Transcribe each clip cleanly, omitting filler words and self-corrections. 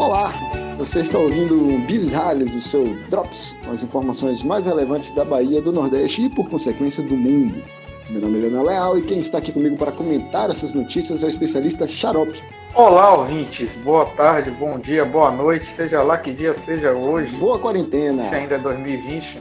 Olá, você está ouvindo o Beavis Rallies, o seu Drops, com as informações mais relevantes da Bahia, do Nordeste e, por consequência, do mundo. Meu nome é Leonel Leal e quem está aqui comigo para comentar essas notícias é o especialista Xarope. Olá, ouvintes. Boa tarde, bom dia, boa noite, seja lá que dia seja hoje. Boa quarentena. Se ainda é 2020.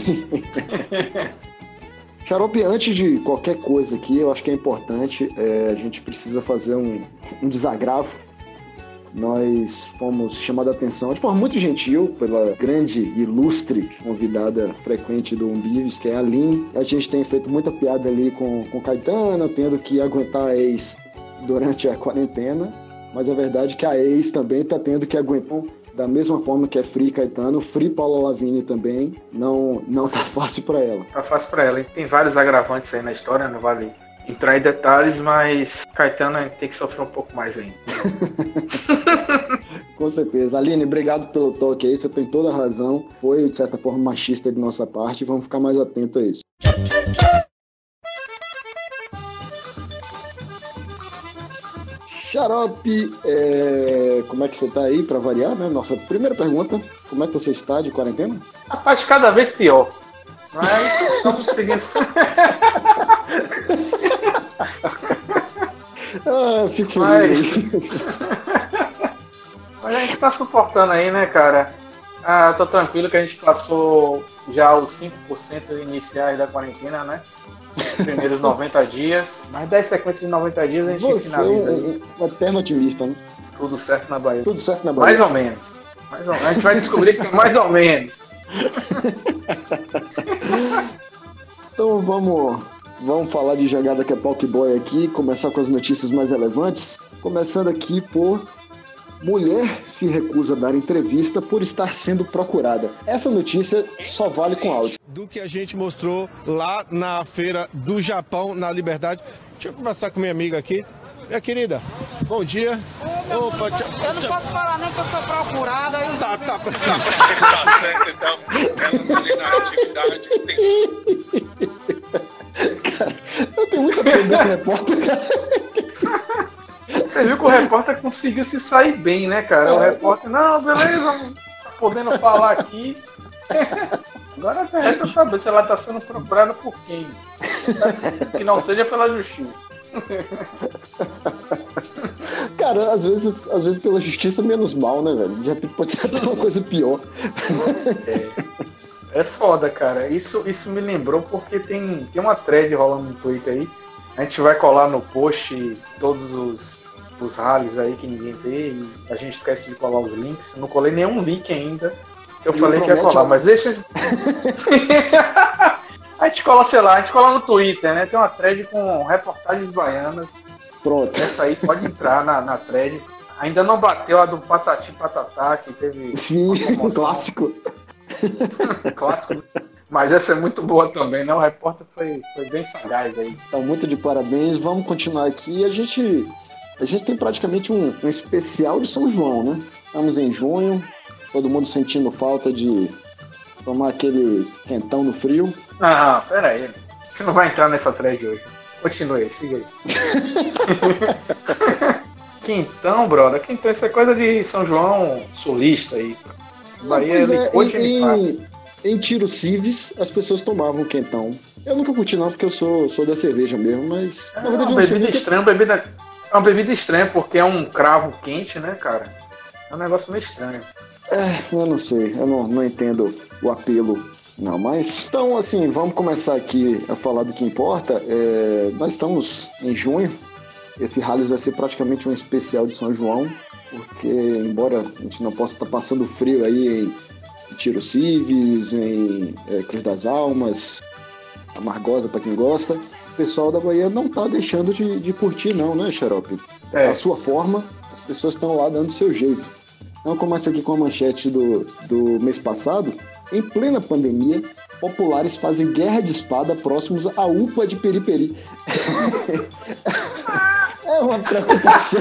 Xarope, antes de qualquer coisa aqui, eu acho que é importante, a gente precisa fazer um desagravo. Nós fomos chamados a atenção de forma muito gentil pela grande e ilustre convidada frequente do Umbives, que é a Aline. A gente tem feito muita piada ali com Caetano, tendo que aguentar a ex durante a quarentena, mas a verdade é que a ex também está tendo que aguentar da mesma forma que é Free Caetano, Free Paula Lavigne também, não tá fácil para ela. Tá fácil para ela, e tem vários agravantes aí na história, não vale entrar em detalhes, mas Caetano tem que sofrer um pouco mais ainda. Com certeza. Aline, obrigado pelo toque aí, você tem toda a razão. Foi, de certa forma, machista de nossa parte, vamos ficar mais atentos a isso. Xarope, como é que você tá aí, para variar, né? Nossa primeira pergunta, como é que você está de quarentena? Rapaz, cada vez pior. Mas estamos seguindo. Fico feliz. Mas a gente tá suportando aí, né, cara? Tô tranquilo que a gente passou já os 5% iniciais da quarentena, né? Primeiros 90 dias. Mas 10 sequências de 90 dias a gente finaliza. Você é um eterno otimista, né? Tudo certo na Bahia. Tudo certo na Bahia. Mais ou menos. A gente vai descobrir que mais ou menos. Então vamos falar de jogada que é Talk Boy aqui, começar com as notícias mais relevantes. Começando aqui por mulher se recusa a dar entrevista por estar sendo procurada. Essa notícia só vale com áudio. Do que a gente mostrou lá na feira do Japão, na Liberdade. Deixa eu conversar com minha amiga aqui. Minha querida, bom dia. Opa, eu não posso falar nem que eu sou procurada. Tá certo, então. Ela tá ali na atividade que tem. Cara, eu tenho muita pena desse repórter, cara. Você viu que o repórter conseguiu se sair bem, né, cara? O repórter, não, beleza, podendo falar aqui. Agora resta saber se ela tá sendo procurada por quem. Que não seja pela justiça. Cara, às vezes pela justiça menos mal, né, velho? De repente pode ser até uma coisa pior. É foda, cara. Isso me lembrou porque tem uma thread rolando no Twitter aí. A gente vai colar no post todos os rallies aí que ninguém vê e a gente esquece de colar os links. Não colei nenhum link ainda. Eu falei que ia colar, mas deixa. A gente cola, sei lá, a gente cola no Twitter, né? Tem uma thread com reportagens baianas. Pronto. Essa aí pode entrar na thread. Ainda não bateu a do Patati Patatá, que teve. Sim, um clássico. Clássico. Mas essa é muito boa também, né? O repórter foi bem sagaz aí. Tá muito de parabéns. Vamos continuar aqui. A gente tem praticamente um especial de São João, né? Estamos em junho, todo mundo sentindo falta de tomar aquele quentão no frio. Não, pera aí. A gente não vai entrar nessa thread hoje. Continue aí, siga aí. Quentão, brother. Quentão, isso é coisa de São João sulista aí. Bahia em Tiro Cives, as pessoas tomavam quentão. Eu nunca curti não, porque eu sou da cerveja mesmo, mas... É uma bebida estranha, é uma bebida estranha, porque é um cravo quente, né, cara? É um negócio meio estranho. Eu não sei, eu não entendo o apelo, não, mas... Então, assim, vamos começar aqui a falar do que importa. Nós estamos em junho, esse rally vai ser praticamente um especial de São João, porque, embora a gente não possa estar passando frio aí em Tiro Cives, em Cruz das Almas, Amargosa para quem gosta, o pessoal da Bahia não tá deixando de curtir não, né, Xarope? A sua forma, as pessoas estão lá dando o seu jeito. Então começa aqui com a manchete do mês passado. Em plena pandemia, populares fazem guerra de espada próximos à UPA de Periperi. É uma preocupação.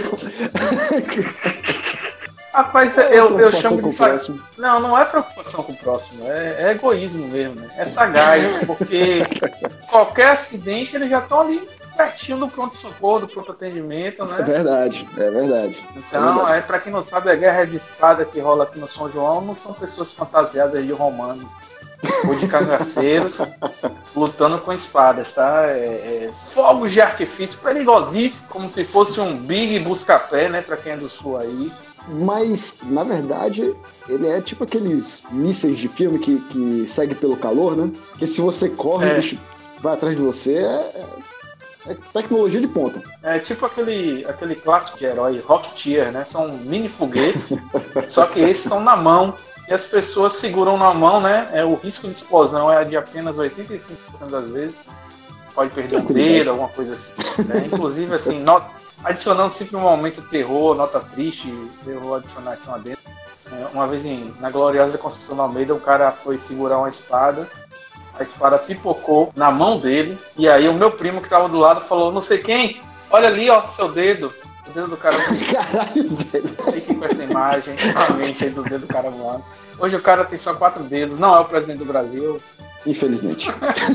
Rapaz, eu chamo de sagaz. Não é preocupação com o próximo, é egoísmo mesmo, né? É sagaz, porque qualquer acidente eles já estão ali pertinho do pronto-socorro, do pronto-atendimento, né? É verdade. Então, pra quem não sabe, a guerra de espada que rola aqui no São João não são pessoas fantasiadas de romanos ou de cangaceiros lutando com espadas, tá? Fogos de artifício perigosíssimos, como se fosse um Big Buscapé, né? Pra quem é do sul aí. Mas, na verdade, ele é tipo aqueles mísseis de filme que segue pelo calor, né? Que se você corre, o bicho vai atrás de você, é tecnologia de ponta. É tipo aquele clássico de herói, Rocketeer, né? São mini foguetes, só que esses são na mão. E as pessoas seguram na mão, né? O risco de explosão é de apenas 85% das vezes. Pode perder um dedo, alguma coisa assim. Né? Inclusive, assim, adicionando sempre um momento terror, nota triste, eu vou adicionar aqui uma dentro. Uma vez na gloriosa Conceição da Almeida, o cara foi segurar uma espada, a espada pipocou na mão dele, e aí o meu primo que estava do lado falou, não sei quem, olha ali, ó, seu dedo. O dedo do cara. Caralho, velho. Fiquem com essa imagem, a mente aí do dedo do cara voando. Hoje o cara tem só 4 dedos, não é o presidente do Brasil. Infelizmente.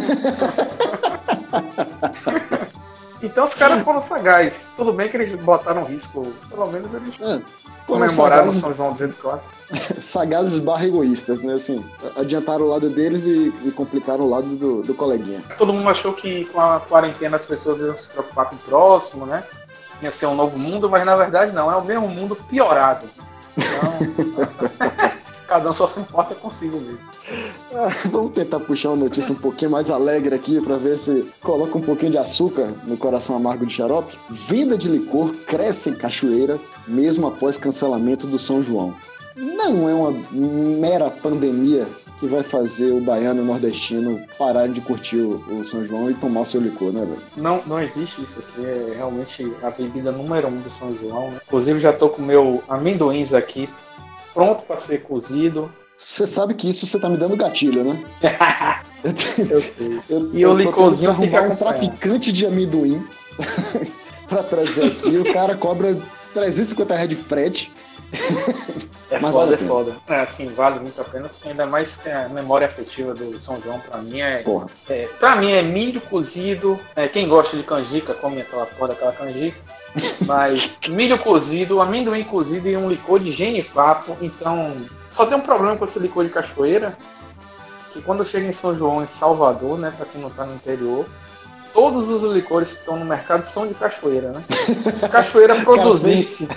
Então os caras foram sagazes. Tudo bem que eles botaram risco, pelo menos eles comemoraram o São João do jeito clássico. Sagazes barra egoístas, né? Assim, adiantaram o lado deles e complicaram o lado do coleguinha. Todo mundo achou que com a quarentena as pessoas iam se preocupar com o próximo, né? Ia ser um novo mundo, mas na verdade não, é o mesmo mundo piorado. Então, cada um só se importa consigo mesmo. Vamos tentar puxar uma notícia um pouquinho mais alegre aqui para ver se coloca um pouquinho de açúcar no coração amargo de Xarope. Venda de licor cresce em Cachoeira, mesmo após cancelamento do São João. Não é uma mera pandemia que vai fazer o baiano nordestino parar de curtir o São João e tomar o seu licor, né, velho? Não existe isso aqui, é realmente a bebida número 1 do São João, né? Inclusive já tô com o meu amendoins aqui, pronto para ser cozido. Você sabe que isso você tá me dando gatilho, né? Eu sei. E o licorzinho tem que arrumar um traficante de amendoim pra trazer aqui, o cara cobra R$350 de frete. É foda, é foda. Assim, vale muito a pena, porque ainda mais que a memória afetiva do São João pra mim pra mim é milho cozido. Quem gosta de canjica, come aquela porra daquela canjica. Mas milho cozido, amendoim cozido e um licor de genipapo. Então, só tem um problema com esse licor de cachoeira, que quando chega em São João, em Salvador, né, pra quem não tá no interior, todos os licores que estão no mercado são de cachoeira, né? Se a cachoeira produzisse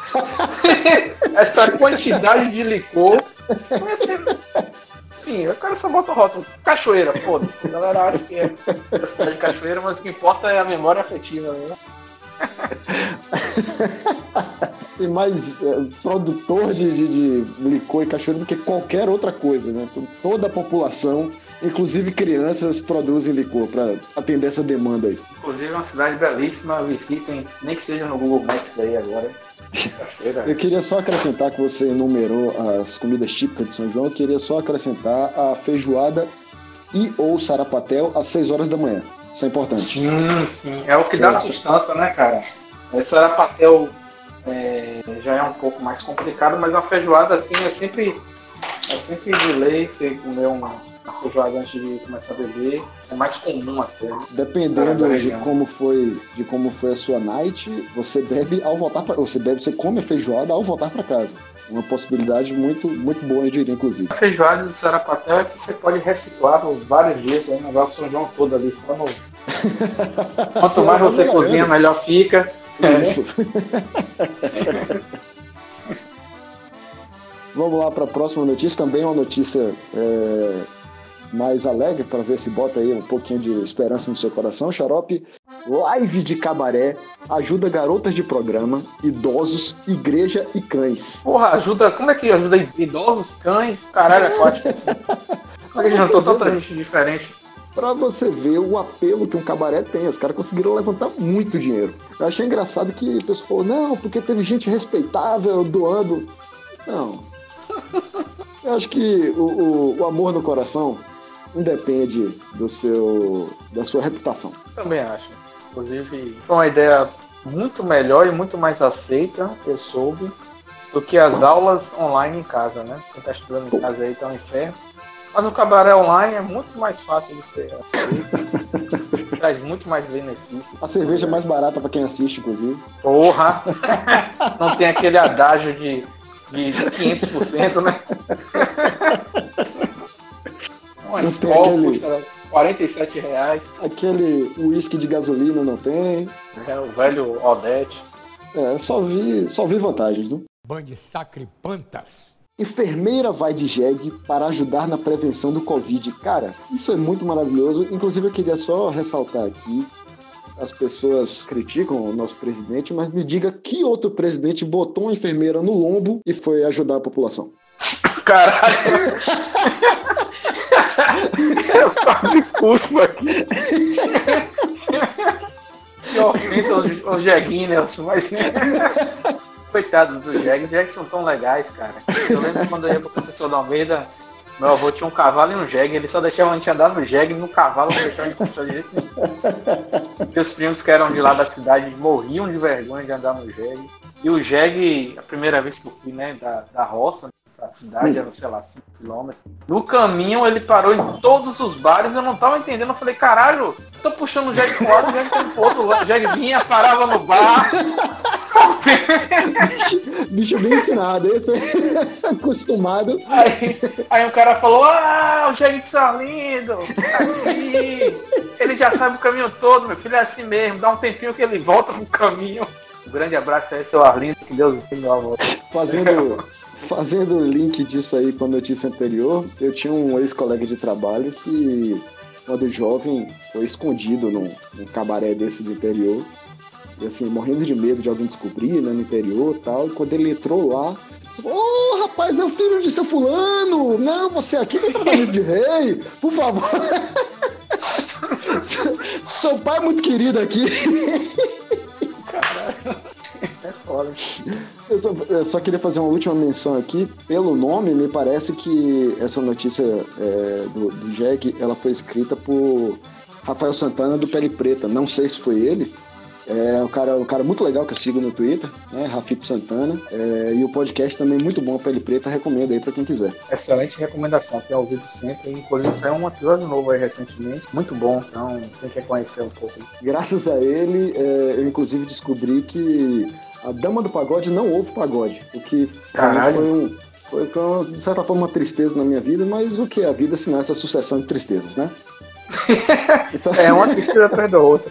essa quantidade de licor, enfim, o cara só bota o rótulo cachoeira, foda-se. A galera acha que é da cidade de Cachoeira, mas o que importa é a memória afetiva, né? Tem mais produtor de licor e cachoeira do que qualquer outra coisa, né? Toda a população, inclusive crianças, produzem licor para atender essa demanda aí. Inclusive é uma cidade belíssima, visitem, nem que seja no Google Maps aí agora. Cachoeira. Eu queria só acrescentar que você enumerou as comidas típicas de São João, eu queria só acrescentar a feijoada e ou sarapatel às 6 horas da manhã. Isso é importante. Sim. É o que dá sustância, né, cara? Esse sarapatel já é um pouco mais complicado, mas uma feijoada assim é sempre de lei você comer uma feijoada antes de começar a beber. É mais comum até. Dependendo de como foi a sua night, você bebe ao voltar para você come a feijoada ao voltar para casa. Uma possibilidade muito, muito boa, eu diria, inclusive. A feijoada do sarapatel é que você pode reciclar por vários dias, aí no São João todo ali, só no... Quanto mais você cozinha, melhor fica. Isso. Vamos lá para a próxima notícia, também uma notícia mais alegre, para ver se bota aí um pouquinho de esperança no seu coração, Xarope. Live de cabaré ajuda garotas de programa, idosos, igreja e cães. Porra, ajuda... Como é que ajuda idosos, cães? Caralho, é quático assim. Como é que juntou tanta gente diferente? Pra você ver o apelo que um cabaré tem. Os caras conseguiram levantar muito dinheiro. Eu achei engraçado que o pessoal falou, não, porque teve gente respeitável doando. Não. Eu acho que o amor no coração independe da sua reputação. Também acho. Inclusive, foi uma ideia muito melhor e muito mais aceita, eu soube, do que as aulas online em casa, né? Quem tá estudando em casa aí tá um inferno. Mas o cabaré online é muito mais fácil de ser aceito. traz muito mais benefício. A cerveja é mais barata pra quem assiste, inclusive. Porra! Não tem aquele adágio de 500%, né? Uma Skol custa R$47. Aquele uísque de gasolina não tem. É, o velho Odete. Só vi vantagens, né? Band sacripantas. Enfermeira vai de jegue para ajudar na prevenção do Covid. Cara, isso é muito maravilhoso. Inclusive, eu queria só ressaltar aqui, as pessoas criticam o nosso presidente, mas me diga que outro presidente botou uma enfermeira no lombo e foi ajudar a população. Caralho! Eu quase cuspo aqui. Que ofensa ao Jeguinho, Nelson, mas... Coitado do Jeg, os Jegs são tão legais, cara. Eu lembro quando eu ia pro Conceição da Almeida, meu avô tinha um cavalo e um jegue, ele só deixava a gente andar no jegue e no cavalo não deixava a gente puxar direito nenhum. Meus primos que eram de lá da cidade morriam de vergonha de andar no jegue. E o jegue, a primeira vez que eu fui, né, da roça, da cidade, era, sei lá, 5 quilômetros. No caminho ele parou em todos os bares, eu não tava entendendo, eu falei, caralho, tô puxando o jegue pro lado, o jegue tá pro outro lado, o jegue vinha, parava no bar. Bicho bem ensinado, esse é acostumado. Aí o cara falou, o jegue de Salindo, aqui. Ele já sabe o caminho todo, meu filho, é assim mesmo, dá um tempinho que ele volta pro caminho. Um grande abraço aí, seu Arlindo, que Deus tenha, meu amor. Fazendo o link disso aí com a notícia anterior, eu tinha um ex-colega de trabalho que, quando jovem, foi escondido num cabaré desse do interior. E assim, morrendo de medo de alguém descobrir, né, no interior e tal. E quando ele entrou lá, falou, rapaz, é o filho de seu fulano! Não, você aqui tem trabalho de rei, por favor. Seu pai é muito querido aqui. Caralho. É foda. Eu só queria fazer uma última menção aqui. Pelo nome, me parece que essa notícia do Jack, ela foi escrita por Rafael Santana do Pele Preta. Não sei se foi ele. É um cara muito legal que eu sigo no Twitter, né? Rafito Santana. E o podcast também muito bom, Pele Preta. Recomendo aí pra quem quiser. Excelente recomendação, tem ouvido sempre. Inclusive saiu um episódio novo aí recentemente. Muito bom, então quem quer conhecer um pouco. Graças a ele, eu inclusive descobri que a Dama do Pagode não ouve pagode. O que foi de certa forma uma tristeza na minha vida, mas o que é a vida se não é essa sucessão de tristezas, né? Então... É uma tristeza atrás da outra.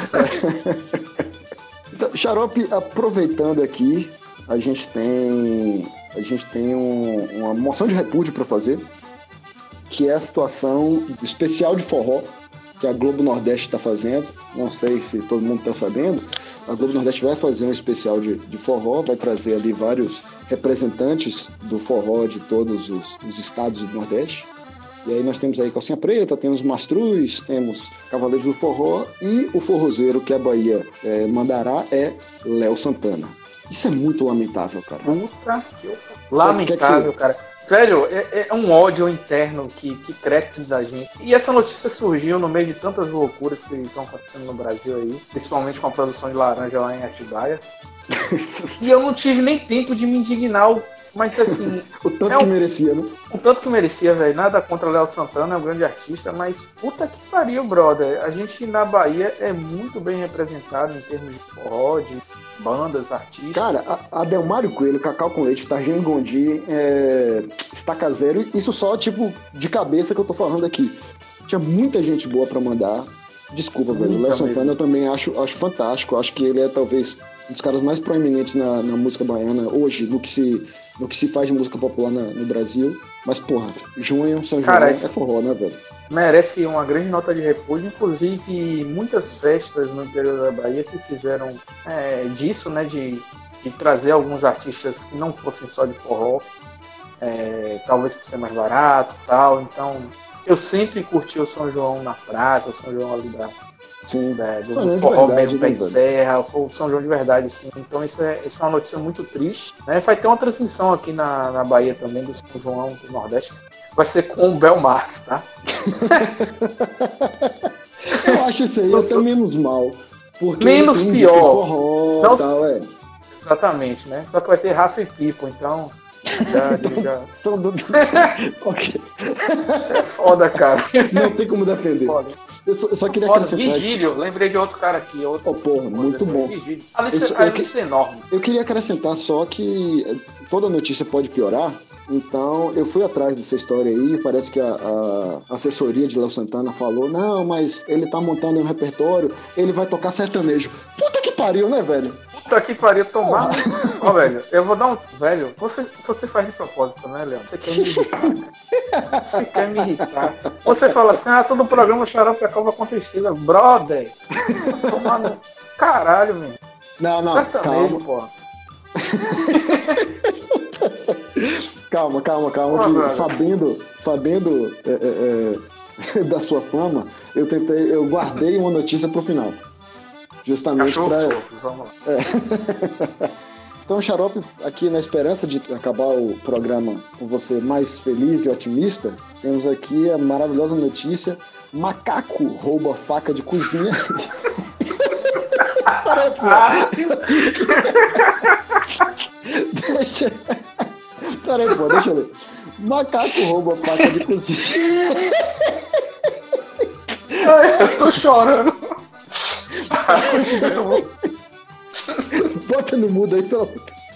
Então, Xarope, aproveitando aqui, a gente tem uma moção de repúdio para fazer, que é a situação do especial de forró que a Globo Nordeste está fazendo. Não sei se todo mundo está sabendo. A Globo Nordeste vai fazer um especial de forró, vai trazer ali vários representantes do forró de todos os estados do Nordeste. E aí nós temos aí Calcinha Preta, temos Mastruz, temos Cavaleiros do Forró e o forrozeiro que a Bahia mandará é Léo Santana. Isso é muito lamentável, cara. Puta que lamentável, cara. Velho, é um ódio interno que cresce dentro da gente. E essa notícia surgiu no meio de tantas loucuras que estão acontecendo no Brasil aí, principalmente com a produção de laranja lá em Atibaia. E eu não tive nem tempo de me indignar, mas assim... o tanto que merecia, né? O tanto que merecia, velho. Nada contra o Léo Santana, é um grande artista, mas puta que pariu, brother. A gente na Bahia é muito bem representado em termos de forró, de bandas, artistas. Cara, Adelmário Coelho, Cacau com Leite, Targino Gondi, Estaca Zero, isso só, tipo, de cabeça que eu tô falando aqui. Tinha muita gente boa pra mandar. Desculpa, velho. O Léo Santana eu também acho fantástico. Acho que ele é talvez um dos caras mais proeminentes na música baiana hoje, no que se faz de música popular no Brasil. Mas, porra, junho, São João, é forró, né, velho? Merece uma grande nota de repúdio. Inclusive, muitas festas no interior da Bahia se fizeram disso, né, de trazer alguns artistas que não fossem só de forró, talvez por ser mais barato e tal. Então, eu sempre curti o São João na praça, o São João ali do forró mesmo, pé de serra, o São João de verdade, sim. Então isso é uma notícia muito triste, né? Vai ter uma transmissão aqui na Bahia também do São João do Nordeste. Vai ser com o Bel Marques, tá? Eu acho isso aí até menos mal. Menos pior. Forró, não, tal, exatamente, né? Só que vai ter Rafa e Pipo, então... Já. Okay. É foda, cara. Não tem como defender. Foda. Eu só queria Foda, acrescentar. Vigílio, lembrei de outro cara aqui. Outro, Porra, muito bom. Vigílio. A lista é enorme. Eu queria acrescentar só que toda notícia pode piorar. Então, eu fui atrás dessa história aí, parece que a assessoria de Léo Santana falou, não, mas ele tá montando um repertório, ele vai tocar sertanejo. Puta que pariu, né, velho? Puta que pariu, tomar. Ó, velho, eu vou dar um... Velho, você faz de propósito, né, Leandro? Você quer me irritar, cara. Você quer me irritar. Você fala assim, todo programa o Xarope é cova contra estrela. Brother, tomar no... Caralho, meu. Não, sertanejo, calma. porra. Calma, que sabendo da sua fama, eu guardei uma notícia pro final. Justamente para. Vamos lá. Então, Xarope, aqui na esperança de acabar o programa com você mais feliz e otimista, temos aqui a maravilhosa notícia: macaco rouba faca de cozinha. Peraí, pô, deixa eu ver. Macaco rouba faca de cozinha. Eu tô chorando. Bota no mudo aí, pelo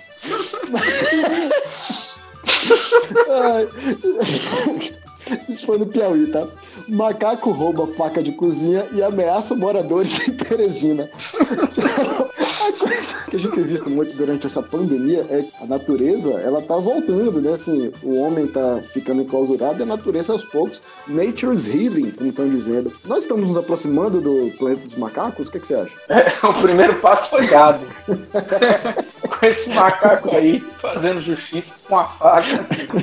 Isso foi no Piauí, tá? Macaco rouba faca de cozinha e ameaça moradores em Teresina. O que a gente tem visto muito durante essa pandemia é que a natureza, ela tá voltando, né? Assim, o homem tá ficando enclausurado e a natureza aos poucos, nature's healing, como estão dizendo. Nós estamos nos aproximando do planeta dos macacos? O que você acha? O primeiro passo foi dado. Com esse macaco aí, fazendo justiça com a faca.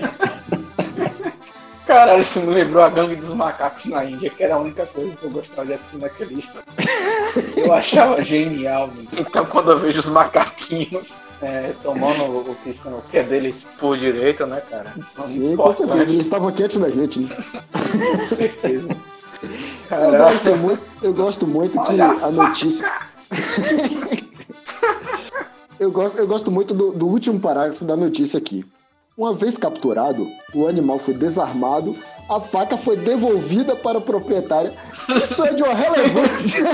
Caralho, isso me lembrou a gangue dos macacos na Índia, que era a única coisa que eu gostava de assistir naquela lista. Eu achava genial, mano. Então, quando eu vejo os macaquinhos tomando o que é deles por direito, né, cara? Sim, com certeza. Eles estavam quietos da gente, né? Com certeza. Eu gosto muito que a notícia... eu gosto muito do último parágrafo da notícia aqui. Uma vez capturado, o animal foi desarmado, a faca foi devolvida para a proprietária. Isso é de uma relevância.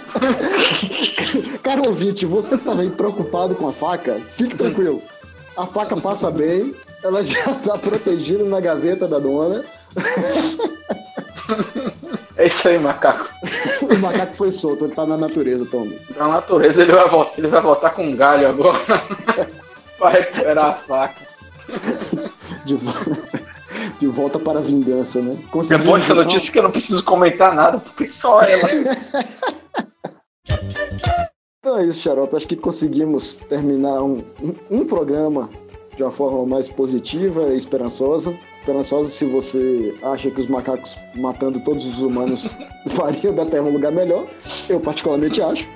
Caro ouvinte, você está bem preocupado com a faca? Fique tranquilo. A faca passa bem, ela já está protegida na gaveta da dona. É isso aí, macaco. O macaco foi solto, ele está na natureza também. Na natureza ele vai voltar com um galho agora para recuperar a faca. De volta para a vingança, né? É bom essa notícia que eu não preciso comentar nada, porque só ela. Então é isso, Xarope. Acho que conseguimos terminar um programa de uma forma mais positiva e esperançosa. Esperançosa se você acha que os macacos matando todos os humanos fariam da Terra um lugar melhor. Eu particularmente acho.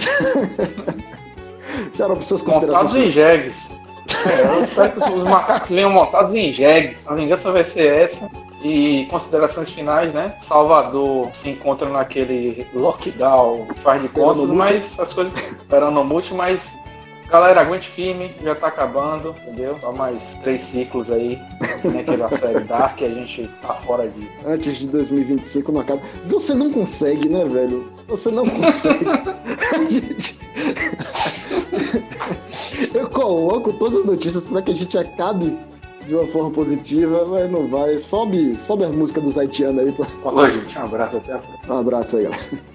Xarope, suas considerações. Montados em jegues. Eu espero que os macacos venham montados em jegues. A vingança vai ser essa. E considerações finais, né? Salvador se encontra naquele lockdown, faz de contas, mas as coisas esperando muito, mas galera, aguente firme, já tá acabando, entendeu? Só mais 3 ciclos aí, né? Que é a série Dark, a gente tá fora de... Antes de 2025 não acaba. Você não consegue, né, velho? Você não consegue. Eu coloco todas as notícias para que a gente acabe de uma forma positiva, mas não vai. Sobe a música dos haitianos aí. Falou, gente. Um abraço, até a próxima. Um abraço aí, galera.